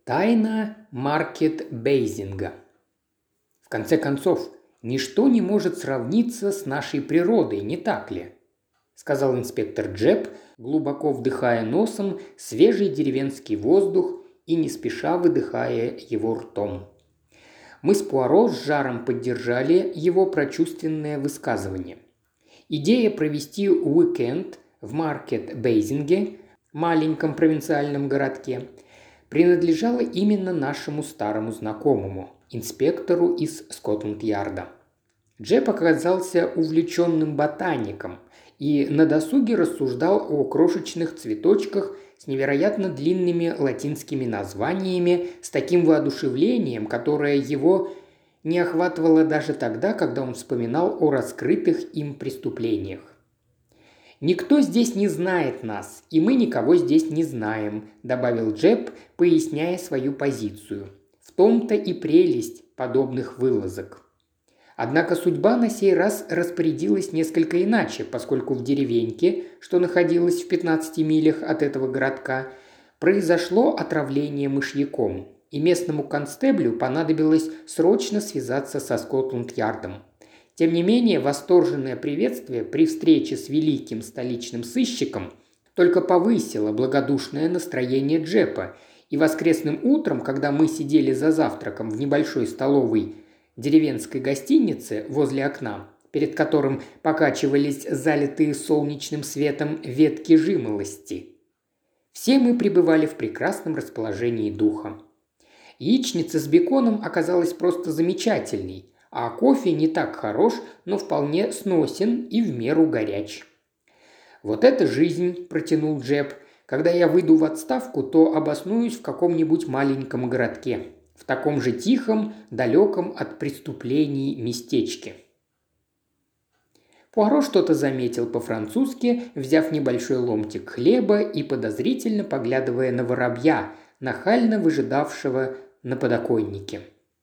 Тайна маркет-бейзинга. В конце концов, ничто не может сравниться с нашей природой, не так ли? Сказал инспектор Джеб, глубоко вдыхая носом свежий деревенский воздух и не спеша выдыхая его ртом. Мы с Пуаро с жаром поддержали его прочувственное высказывание. Идея провести уикенд в маркет-бейзинге, маленьком провинциальном городке, принадлежала именно нашему старому знакомому, инспектору из Скотланд-Ярда. Джеб оказался увлеченным ботаником и на досуге рассуждал о крошечных цветочках с невероятно длинными латинскими названиями с таким воодушевлением, которое его не охватывало даже тогда, когда он вспоминал о раскрытых им преступлениях. «Никто здесь не знает нас, и мы никого здесь не знаем», – добавил Джеб, поясняя свою позицию. В том-то и прелесть подобных вылазок. Однако судьба на сей раз распорядилась несколько иначе, поскольку в деревеньке, что находилась в 15 милях от этого городка, произошло отравление мышьяком, и местному констеблю понадобилось срочно связаться со Скотланд-Ярдом. Тем не менее, восторженное приветствие при встрече с великим столичным сыщиком только повысило благодушное настроение Джепа, и воскресным утром, когда мы сидели за завтраком в небольшой столовой деревенской гостинице возле окна, перед которым покачивались залитые солнечным светом ветки жимолости, все мы пребывали в прекрасном расположении духа. Яичница с беконом оказалась просто замечательной, а кофе не так хорош, но вполне сносен и в меру горяч. «Вот это жизнь», – протянул Джеб. «Когда я выйду в отставку, то обоснуюсь в каком-нибудь маленьком городке, в таком же тихом, далеком от преступлений местечке». Пуаро что-то заметил по-французски, взяв небольшой ломтик хлеба и подозрительно поглядывая на воробья, нахально выжидавшего на подоконнике.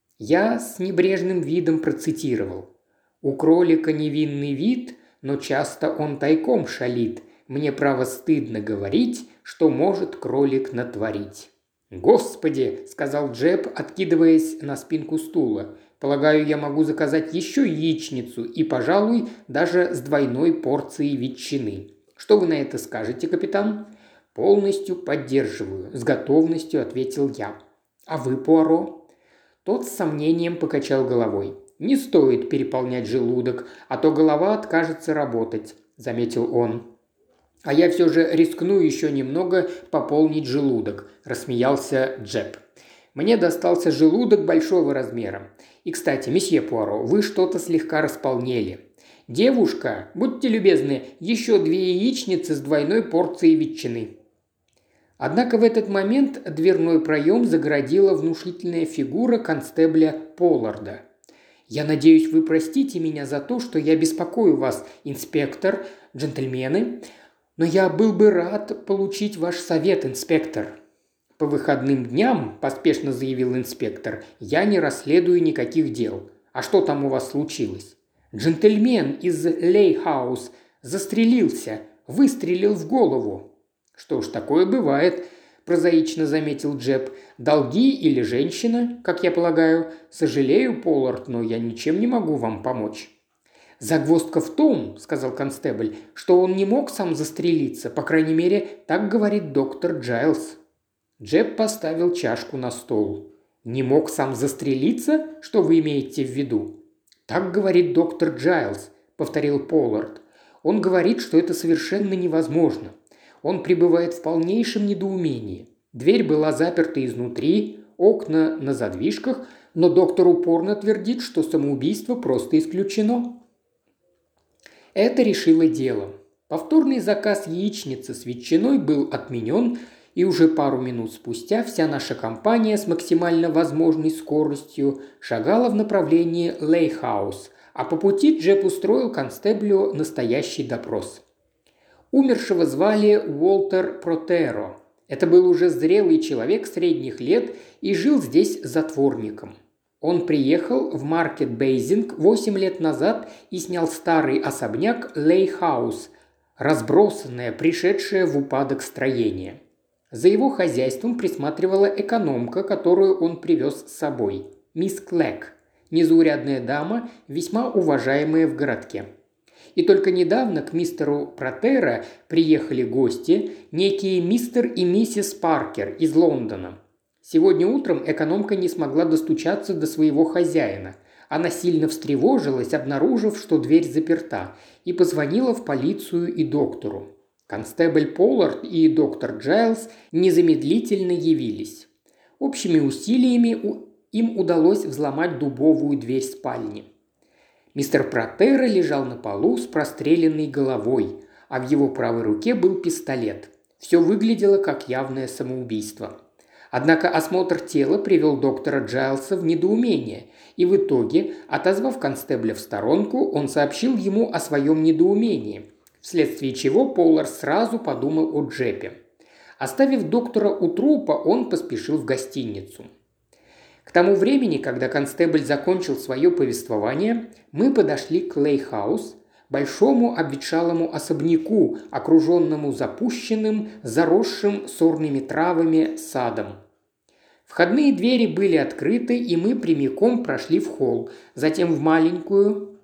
Я с небрежным видом процитировал. «У кролика невинный вид, но часто он тайком шалит. Мне, право, стыдно говорить, что может кролик натворить». «Господи!» – сказал Джеб, откидываясь на спинку стула. «Полагаю, я могу заказать еще яичницу и, пожалуй, даже с двойной порцией ветчины. Что вы на это скажете, капитан?» «Полностью поддерживаю», – с готовностью ответил я. «А вы, Пуаро?» Тот с сомнением покачал головой. «Не стоит переполнять желудок, а то голова откажется работать», – заметил он. «А я все же рискну еще немного пополнить желудок», – рассмеялся Джеб. «Мне достался желудок большого размера. И, кстати, месье Пуаро, вы что-то слегка располнели. Девушка, будьте любезны, еще 2 яичницы с двойной порцией ветчины». Однако в этот момент дверной проем загородила внушительная фигура констебля Полларда. «Я надеюсь, вы простите меня за то, что я беспокою вас, инспектор, джентльмены, но я был бы рад получить ваш совет, инспектор». «По выходным дням, – поспешно заявил инспектор, – я не расследую никаких дел. А что там у вас случилось?» «Джентльмен из Лейхаус застрелился, выстрелил в голову». «Что ж, такое бывает», – прозаично заметил Джеб. «Долги или женщина, как я полагаю. Сожалею, Поллард, но я ничем не могу вам помочь». «Загвоздка в том, – сказал констебль, – что он не мог сам застрелиться, по крайней мере, так говорит доктор Джайлз». Джеб поставил чашку на стол. «Не мог сам застрелиться? Что вы имеете в виду?» «Так говорит доктор Джайлз», – повторил Поллард. «Он говорит, что это совершенно невозможно. Он пребывает в полнейшем недоумении. Дверь была заперта изнутри, окна на задвижках, но доктор упорно твердит, что самоубийство просто исключено». Это решило дело. Повторный заказ яичницы с ветчиной был отменен, и уже пару минут спустя вся наша компания с максимально возможной скоростью шагала в направлении Лейхаус, а по пути Джеб устроил констеблю настоящий допрос. Умершего звали Уолтер Протеро. Это был уже зрелый человек средних лет и жил здесь затворником. Он приехал в Маркет-Бейзинг 8 лет назад и снял старый особняк Лейхаус, разбросанное, пришедшее в упадок строение. За его хозяйством присматривала экономка, которую он привез с собой – мисс Клэк, незаурядная дама, весьма уважаемая в городке. И только недавно к мистеру Протера приехали гости, некие мистер и миссис Паркер из Лондона. Сегодня утром экономка не смогла достучаться до своего хозяина. Она сильно встревожилась, обнаружив, что дверь заперта, и позвонила в полицию и доктору. Констебль Поллард и доктор Джайлз незамедлительно явились. Общими усилиями им удалось взломать дубовую дверь спальни. Мистер Протера лежал на полу с простреленной головой, а в его правой руке был пистолет. Все выглядело как явное самоубийство. Однако осмотр тела привел доктора Джайлса в недоумение, и в итоге, отозвав констебля в сторонку, он сообщил ему о своем недоумении, вследствие чего Поллард сразу подумал о Джепе. Оставив доктора у трупа, он поспешил в гостиницу. К тому времени, когда констебль закончил свое повествование, мы подошли к Клей-хаус, большому обветшалому особняку, окруженному запущенным, заросшим сорными травами садом. Входные двери были открыты, и мы прямиком прошли в холл, затем в маленькую,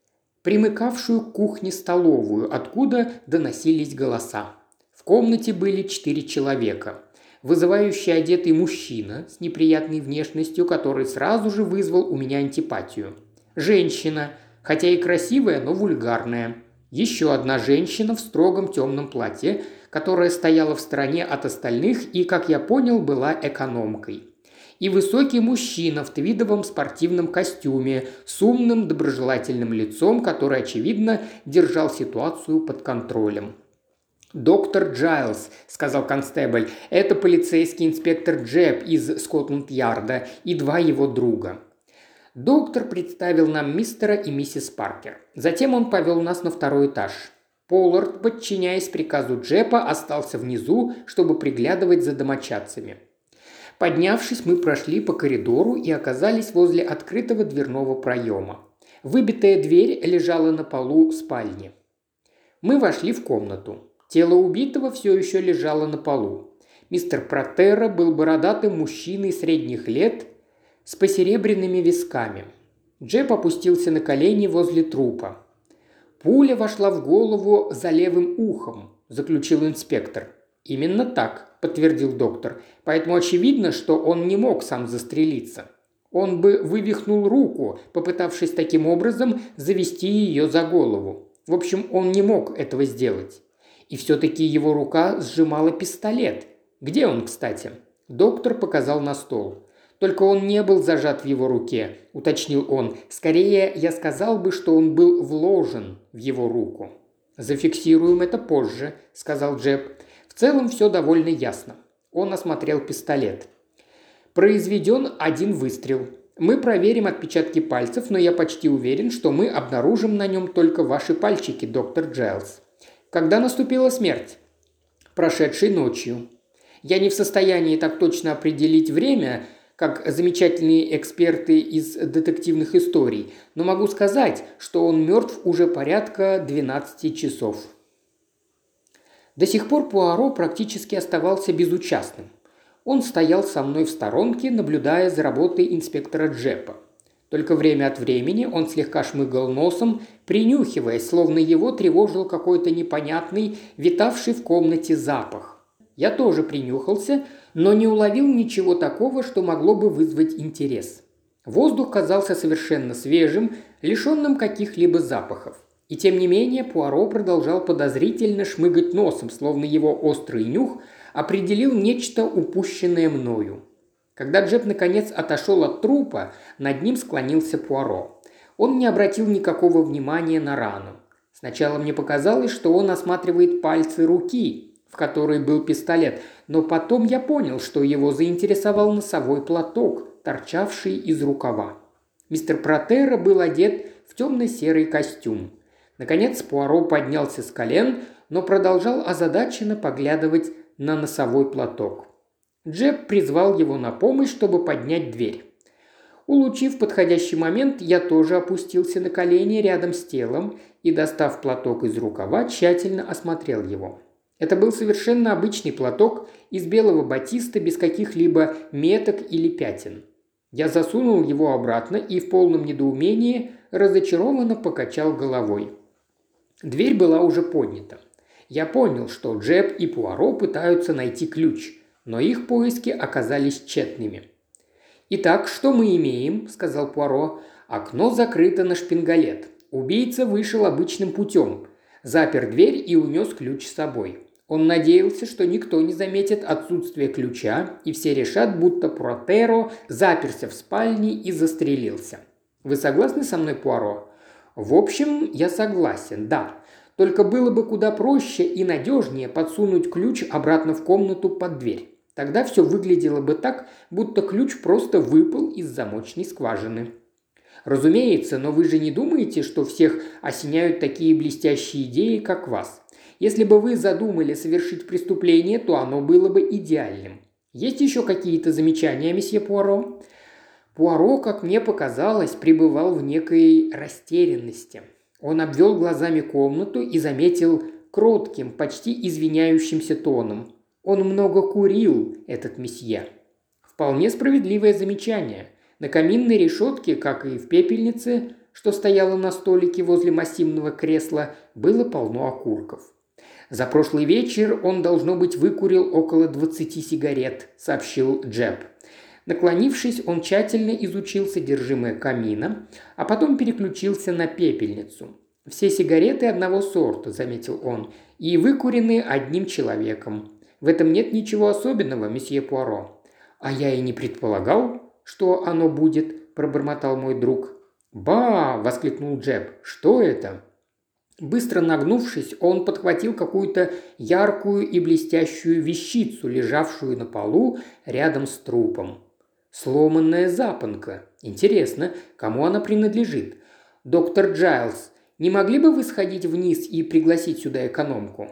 примыкавшую к кухне-столовую, откуда доносились голоса. В комнате были 4 человека. Вызывающий одетый мужчина с неприятной внешностью, который сразу же вызвал у меня антипатию. Женщина, хотя и красивая, но вульгарная. Еще одна женщина в строгом темном платье, которая стояла в стороне от остальных и, как я понял, была экономкой. И высокий мужчина в твидовом спортивном костюме с умным доброжелательным лицом, который, очевидно, держал ситуацию под контролем. «Доктор Джайлз», – сказал констебль, – «это полицейский инспектор Джеб из Скотланд-Ярда и 2 его друга». Доктор представил нам мистера и миссис Паркер. Затем он повел нас на 2-й этаж. Поллард, подчиняясь приказу Джепа, остался внизу, чтобы приглядывать за домочадцами. Поднявшись, мы прошли по коридору и оказались возле открытого дверного проема. Выбитая дверь лежала на полу спальни. Мы вошли в комнату. Тело убитого все еще лежало на полу. Мистер Протера был бородатым мужчиной средних лет с посеребряными висками. Джеб опустился на колени возле трупа. «Пуля вошла в голову за левым ухом», – заключил инспектор. «Именно так», – подтвердил доктор. «Поэтому очевидно, что он не мог сам застрелиться. Он бы вывихнул руку, попытавшись таким образом завести ее за голову. В общем, он не мог этого сделать. И все-таки его рука сжимала пистолет. Где он, кстати?» Доктор показал на стол. «Только он не был зажат в его руке», – уточнил он. «Скорее, я сказал бы, что он был вложен в его руку». «Зафиксируем это позже», – сказал Джеб. «В целом все довольно ясно». Он осмотрел пистолет. «Произведен 1 выстрел. Мы проверим отпечатки пальцев, но я почти уверен, что мы обнаружим на нем только ваши пальчики, доктор Джайлз». «Когда наступила смерть?» «Прошедшей ночью». «Я не в состоянии так точно определить время, как замечательные эксперты из детективных историй, но могу сказать, что он мертв уже порядка 12 часов». До сих пор Пуаро практически оставался безучастным. Он стоял со мной в сторонке, наблюдая за работой инспектора Джепа. Только время от времени он слегка шмыгал носом, принюхиваясь, словно его тревожил какой-то непонятный, витавший в комнате запах. Я тоже принюхался, но не уловил ничего такого, что могло бы вызвать интерес. Воздух казался совершенно свежим, лишенным каких-либо запахов. И тем не менее Пуаро продолжал подозрительно шмыгать носом, словно его острый нюх определил нечто, упущенное мною. Когда Джеб наконец отошел от трупа, над ним склонился Пуаро. Он не обратил никакого внимания на рану. Сначала мне показалось, что он осматривает пальцы руки, в которой был пистолет, но потом я понял, что его заинтересовал носовой платок, торчавший из рукава. Мистер Протера был одет в темно-серый костюм. Наконец Пуаро поднялся с колен, но продолжал озадаченно поглядывать на носовой платок. Джеб призвал его на помощь, чтобы поднять дверь. Улучив подходящий момент, я тоже опустился на колени рядом с телом и, достав платок из рукава, тщательно осмотрел его. Это был совершенно обычный платок из белого батиста без каких-либо меток или пятен. Я засунул его обратно и в полном недоумении разочарованно покачал головой. Дверь была уже поднята. Я понял, что Джеб и Пуаро пытаются найти ключ, но их поиски оказались тщетными. «Итак, что мы имеем?» – сказал Пуаро. «Окно закрыто на шпингалет. Убийца вышел обычным путем. Запер дверь и унес ключ с собой. Он надеялся, что никто не заметит отсутствие ключа, и все решат, будто Протеро заперся в спальне и застрелился. Вы согласны со мной, Пуаро?» «В общем, я согласен, да. Только было бы куда проще и надежнее подсунуть ключ обратно в комнату под дверь. Тогда все выглядело бы так, будто ключ просто выпал из замочной скважины». «Разумеется, но вы же не думаете, что всех осеняют такие блестящие идеи, как вас? Если бы вы задумали совершить преступление, то оно было бы идеальным. Есть еще какие-то замечания, месье Пуаро?» Пуаро, как мне показалось, пребывал в некой растерянности. Он обвел глазами комнату и заметил кротким, почти извиняющимся тоном: «Он много курил, этот месье». Вполне справедливое замечание. На каминной решетке, как и в пепельнице, что стояла на столике возле массивного кресла, было полно окурков. «За прошлый вечер он, должно быть, выкурил около 20 сигарет», – сообщил Джеб. Наклонившись, он тщательно изучил содержимое камина, а потом переключился на пепельницу. «Все сигареты одного сорта», – заметил он, – «и выкурены одним человеком. В этом нет ничего особенного, месье Пуаро». «А я и не предполагал, что оно будет», – пробормотал мой друг. «Ба!» – воскликнул Джеб. «Что это?» Быстро нагнувшись, он подхватил какую-то яркую и блестящую вещицу, лежавшую на полу рядом с трупом. «Сломанная запонка. Интересно, кому она принадлежит? Доктор Джайлз, не могли бы вы сходить вниз и пригласить сюда экономку?»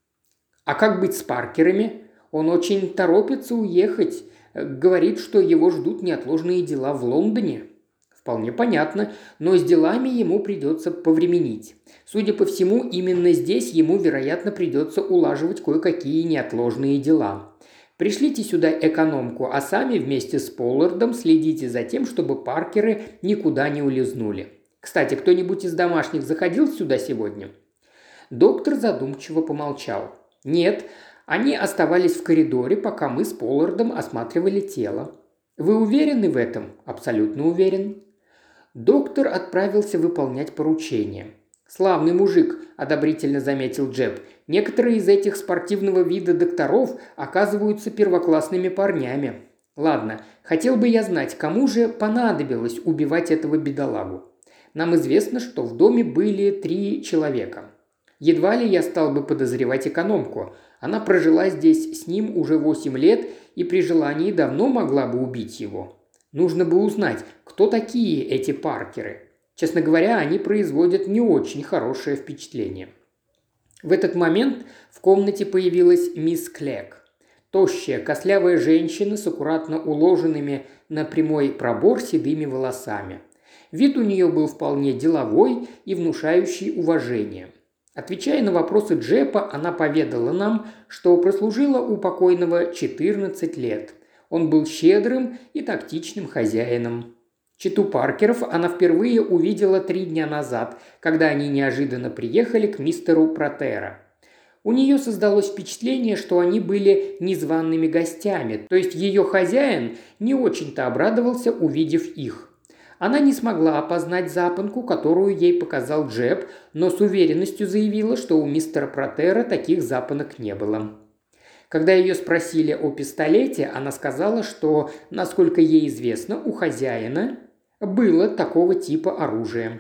«А как быть с Паркерами? Он очень торопится уехать. Говорит, что его ждут неотложные дела в Лондоне». «Вполне понятно, но с делами ему придется повременить. Судя по всему, именно здесь ему, вероятно, придется улаживать кое-какие неотложные дела. Пришлите сюда экономку, а сами вместе с Поллардом следите за тем, чтобы Паркеры никуда не улизнули. Кстати, кто-нибудь из домашних заходил сюда сегодня?» Доктор задумчиво помолчал. «Нет, они оставались в коридоре, пока мы с Поллардом осматривали тело». «Вы уверены в этом?» «Абсолютно уверен». Доктор отправился выполнять поручение. «Славный мужик», – одобрительно заметил Джеб. «Некоторые из этих спортивного вида докторов оказываются первоклассными парнями. Ладно, хотел бы я знать, кому же понадобилось убивать этого бедолагу. Нам известно, что в доме были 3 человека. Едва ли я стал бы подозревать экономку. Она прожила здесь с ним уже 8 лет и при желании давно могла бы убить его. Нужно бы узнать, кто такие эти Паркеры. Честно говоря, они производят не очень хорошее впечатление». В этот момент в комнате появилась мисс Клек. Тощая, костлявая женщина с аккуратно уложенными на прямой пробор седыми волосами. Вид у нее был вполне деловой и внушающий уважение. Отвечая на вопросы Джепа, она поведала нам, что прослужила у покойного 14 лет. Он был щедрым и тактичным хозяином. Читу Паркеров она впервые увидела 3 дня назад, когда они неожиданно приехали к мистеру Протеро. У нее создалось впечатление, что они были незваными гостями, то есть ее хозяин не очень-то обрадовался, увидев их. Она не смогла опознать запонку, которую ей показал Джеб, но с уверенностью заявила, что у мистера Протеро таких запонок не было. Когда ее спросили о пистолете, она сказала, что, насколько ей известно, у хозяина было такого типа оружие.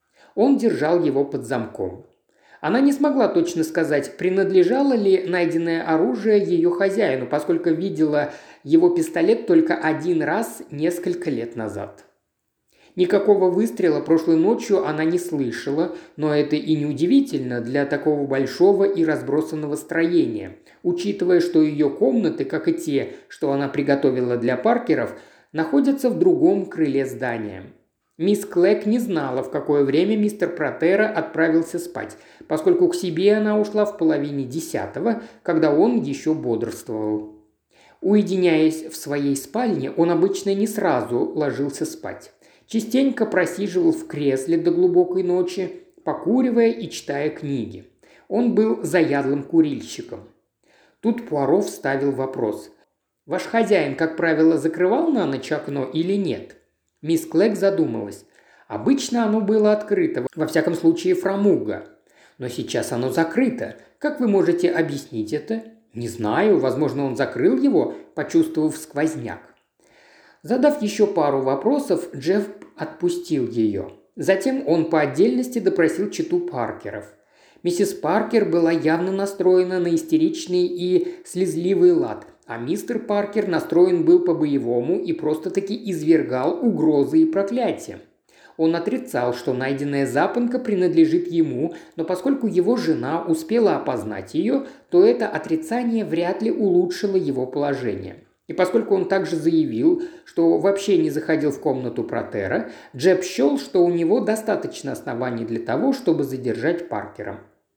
Он держал его под замком. Она не смогла точно сказать, принадлежало ли найденное оружие ее хозяину, поскольку видела его пистолет только 1 раз несколько лет назад. Никакого выстрела прошлой ночью она не слышала, но это и не удивительно для такого большого и разбросанного строения, учитывая, что ее комнаты, как и те, что она приготовила для Паркеров, находятся в другом крыле здания. Мисс Клэк не знала, в какое время мистер Протера отправился спать, поскольку к себе она ушла в половине 10, когда он еще бодрствовал. Уединяясь в своей спальне, он обычно не сразу ложился спать. Частенько просиживал в кресле до глубокой ночи, покуривая и читая книги. Он был заядлым курильщиком. Тут Пуаро вставил вопрос. «Ваш хозяин, как правило, закрывал на ночь окно или нет?» Мисс Клэк задумалась. Обычно оно было открыто, во всяком случае фрамуга. Но сейчас оно закрыто. Как вы можете объяснить это? Не знаю, возможно, он закрыл его, почувствовав сквозняк. Задав еще пару вопросов, Джефф отпустил ее. Затем он по отдельности допросил читу Паркеров. Миссис Паркер была явно настроена на истеричный и слезливый лад, а мистер Паркер настроен был по-боевому и просто-таки извергал угрозы и проклятия. Он отрицал, что найденная запонка принадлежит ему, но поскольку его жена успела опознать ее, то это отрицание вряд ли улучшило его положение. И поскольку он также заявил, что вообще не заходил в комнату Протера, Джеб счел, что у него достаточно оснований для того, чтобы задержать Паркера.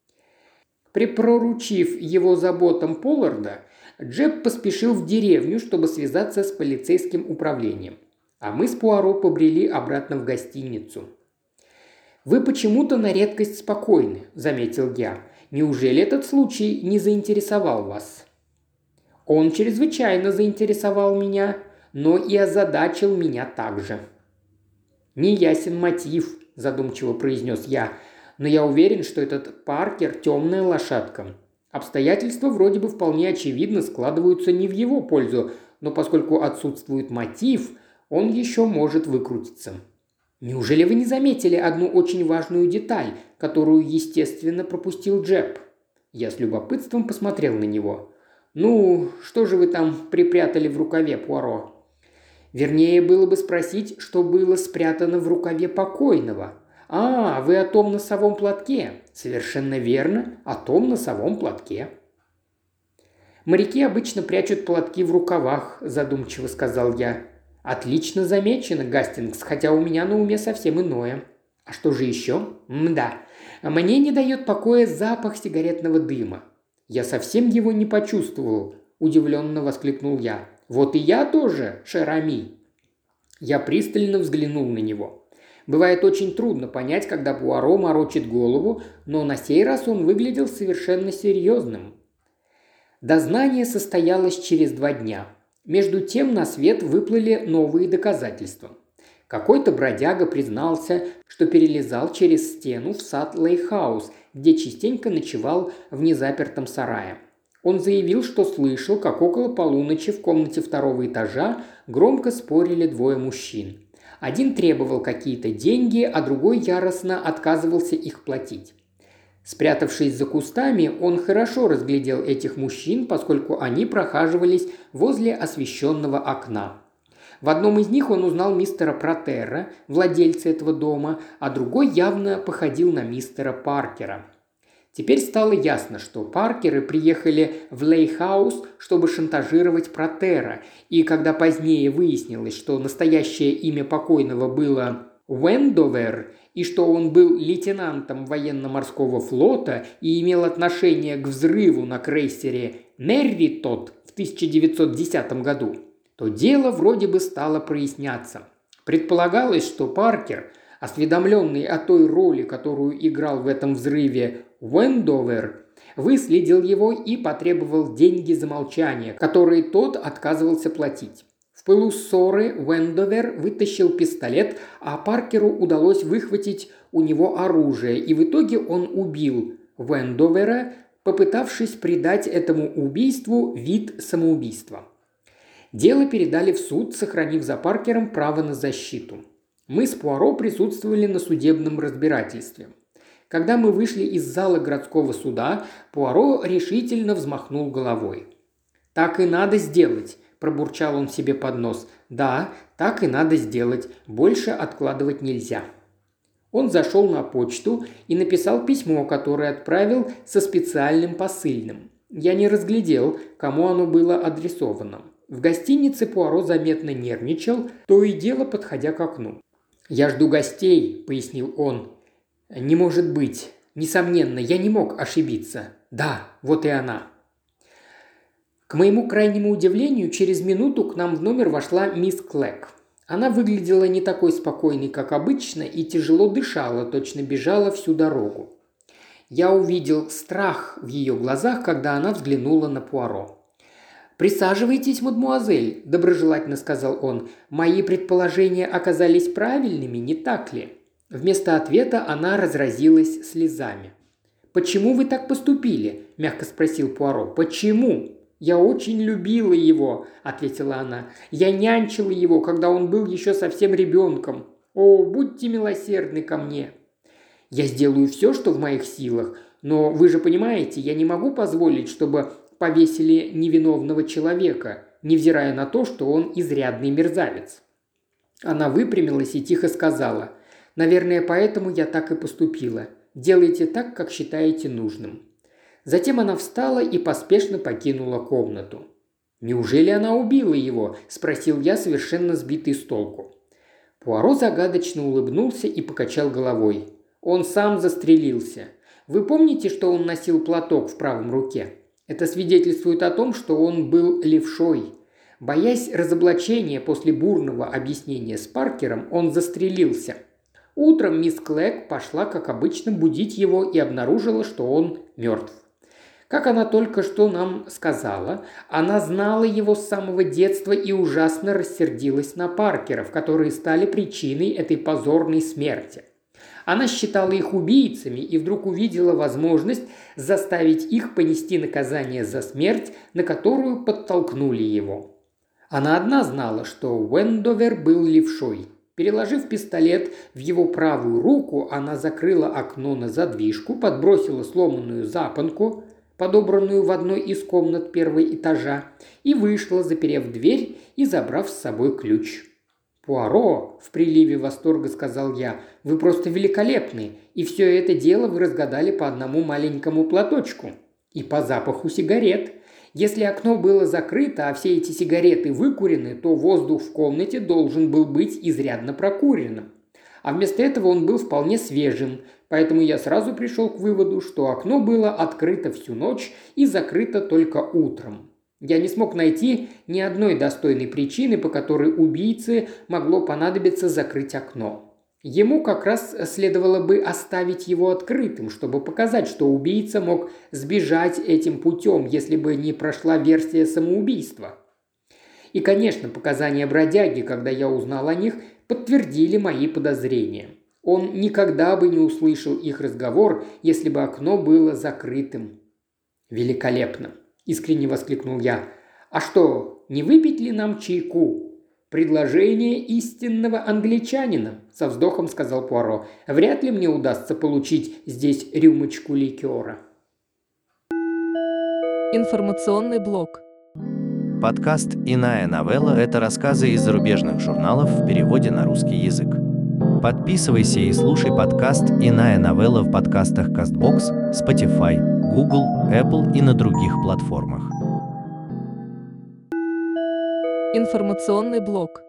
Припоручив его заботам Полларда, Джеб поспешил в деревню, чтобы связаться с полицейским управлением. А мы с Пуаро побрели обратно в гостиницу. «Вы почему-то на редкость спокойны», – заметил я. «Неужели этот случай не заинтересовал вас?» «Он чрезвычайно заинтересовал меня, но и озадачил меня также». «Неясен мотив», – задумчиво произнес я, – «но я уверен, что этот Паркер – темная лошадка. Обстоятельства вроде бы вполне очевидно складываются не в его пользу, но поскольку отсутствует мотив, он еще может выкрутиться». «Неужели вы не заметили одну очень важную деталь, которую, естественно, пропустил Джеб?» Я с любопытством посмотрел на него. «Ну, что же вы там припрятали в рукаве, Пуаро?» «Вернее, было бы спросить, что было спрятано в рукаве покойного». «А, вы о том носовом платке?» «Совершенно верно, о том носовом платке». «Моряки обычно прячут платки в рукавах», – задумчиво сказал я. «Отлично замечено, Гастингс, хотя у меня на уме совсем иное». «А что же еще?» «Мда, мне не дает покоя запах сигаретного дыма». «Я совсем его не почувствовал», – удивленно воскликнул я. «Вот и я тоже, Шерами». Я пристально взглянул на него. Бывает очень трудно понять, когда Пуаро морочит голову, но на сей раз он выглядел совершенно серьезным. Дознание состоялось через 2 дня. Между тем на свет выплыли новые доказательства. Какой-то бродяга признался, что перелезал через стену в сад Лейхаус, где частенько ночевал в незапертом сарае. Он заявил, что слышал, как около полуночи в комнате 2-го этажа громко спорили 2 мужчин. Один требовал какие-то деньги, а другой яростно отказывался их платить. Спрятавшись за кустами, он хорошо разглядел этих мужчин, поскольку они прохаживались возле освещенного окна. В одном из них он узнал мистера Протера, владельца этого дома, а другой явно походил на мистера Паркера. Теперь стало ясно, что Паркеры приехали в Лейхаус, чтобы шантажировать Протера, и когда позднее выяснилось, что настоящее имя покойного было Уэндовер, и что он был лейтенантом военно-морского флота и имел отношение к взрыву на крейсере «Мерритот» в 1910 году, то дело вроде бы стало проясняться. Предполагалось, что Паркер, осведомленный о той роли, которую играл в этом взрыве Уэндовер, выследил его и потребовал деньги за молчание, которые тот отказывался платить. В пылу ссоры Уэндовер вытащил пистолет, а Паркеру удалось выхватить у него оружие, и в итоге он убил Уэндовера, попытавшись придать этому убийству вид самоубийства. Дело передали в суд, сохранив за Паркером право на защиту. Мы с Пуаро присутствовали на судебном разбирательстве. Когда мы вышли из зала городского суда, Пуаро решительно взмахнул головой. «Так и надо сделать», – пробурчал он себе под нос. «Да, так и надо сделать. Больше откладывать нельзя». Он зашел на почту и написал письмо, которое отправил со специальным посыльным. Я не разглядел, кому оно было адресовано. В гостинице Пуаро заметно нервничал, то и дело подходя к окну. «Я жду гостей», – пояснил он. «Не может быть. Несомненно, я не мог ошибиться. Да, вот и она». К моему крайнему удивлению, через минуту к нам в номер вошла мисс Клэк. Она выглядела не такой спокойной, как обычно, и тяжело дышала, точно бежала всю дорогу. Я увидел страх в ее глазах, когда она взглянула на Пуаро. «Присаживайтесь, мадмуазель», – доброжелательно сказал он. «Мои предположения оказались правильными, не так ли?» Вместо ответа она разразилась слезами. «Почему вы так поступили?» – мягко спросил Пуаро. «Почему?» «Я очень любила его», – ответила она. «Я нянчила его, когда он был еще совсем ребенком. О, будьте милосердны ко мне». «Я сделаю все, что в моих силах, но вы же понимаете, я не могу позволить, чтобы повесили невиновного человека, невзирая на то, что он изрядный мерзавец». Она выпрямилась и тихо сказала: «Наверное, поэтому я так и поступила. Делайте так, как считаете нужным». Затем она встала и поспешно покинула комнату. «Неужели она убила его?» – спросил я, совершенно сбитый с толку. Пуаро загадочно улыбнулся и покачал головой. «Он сам застрелился. Вы помните, что он носил платок в правом руке? Это свидетельствует о том, что он был левшой. Боясь разоблачения после бурного объяснения с Паркером, он застрелился. Утром мисс Клэк пошла, как обычно, будить его и обнаружила, что он мертв. Как она только что нам сказала, она знала его с самого детства и ужасно рассердилась на Паркеров, которые стали причиной этой позорной смерти. Она считала их убийцами и вдруг увидела возможность заставить их понести наказание за смерть, на которую подтолкнули его. Она одна знала, что Уэндовер был левшой. Переложив пистолет в его правую руку, она закрыла окно на задвижку, подбросила сломанную запонку, подобранную в одной из комнат первого этажа, и вышла, заперев дверь и забрав с собой ключ. «Пуаро», – в приливе восторга сказал я, – «вы просто великолепны, и все это дело вы разгадали по одному маленькому платочку. И по запаху сигарет. Если окно было закрыто, а все эти сигареты выкурены, то воздух в комнате должен был быть изрядно прокуренным. А вместо этого он был вполне свежим, поэтому я сразу пришел к выводу, что окно было открыто всю ночь и закрыто только утром. Я не смог найти ни одной достойной причины, по которой убийце могло понадобиться закрыть окно. Ему как раз следовало бы оставить его открытым, чтобы показать, что убийца мог сбежать этим путем, если бы не прошла версия самоубийства. И, конечно, показания бродяги, когда я узнал о них, подтвердили мои подозрения. Он никогда бы не услышал их разговор, если бы окно было закрытым. «Великолепно!» – искренне воскликнул я. «А что, не выпить ли нам чайку?» «Предложение истинного англичанина», – со вздохом сказал Пуаро. «Вряд ли мне удастся получить здесь рюмочку ликера». Информационный блок. Подкаст «Иная новелла» – это рассказы из зарубежных журналов в переводе на русский язык. Подписывайся и слушай подкаст «Иная новелла» в подкастах CastBox, Spotify, Google, Apple и на других платформах. Информационный блок.